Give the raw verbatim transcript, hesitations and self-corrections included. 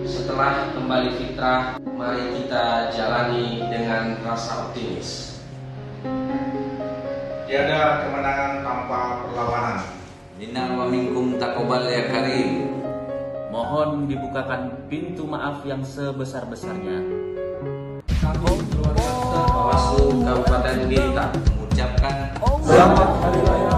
Setelah kembali fitrah, mari kita jalani dengan rasa optimis. Tiada kemenangan tanpa perlawanan. Minna wa minkum taqabbal ya karim. Mohon dibukakan pintu maaf yang sebesar-besarnya. Kami keluarga Bawaslu Kabupaten Bintan Mengucapkan Selamat Hari Raya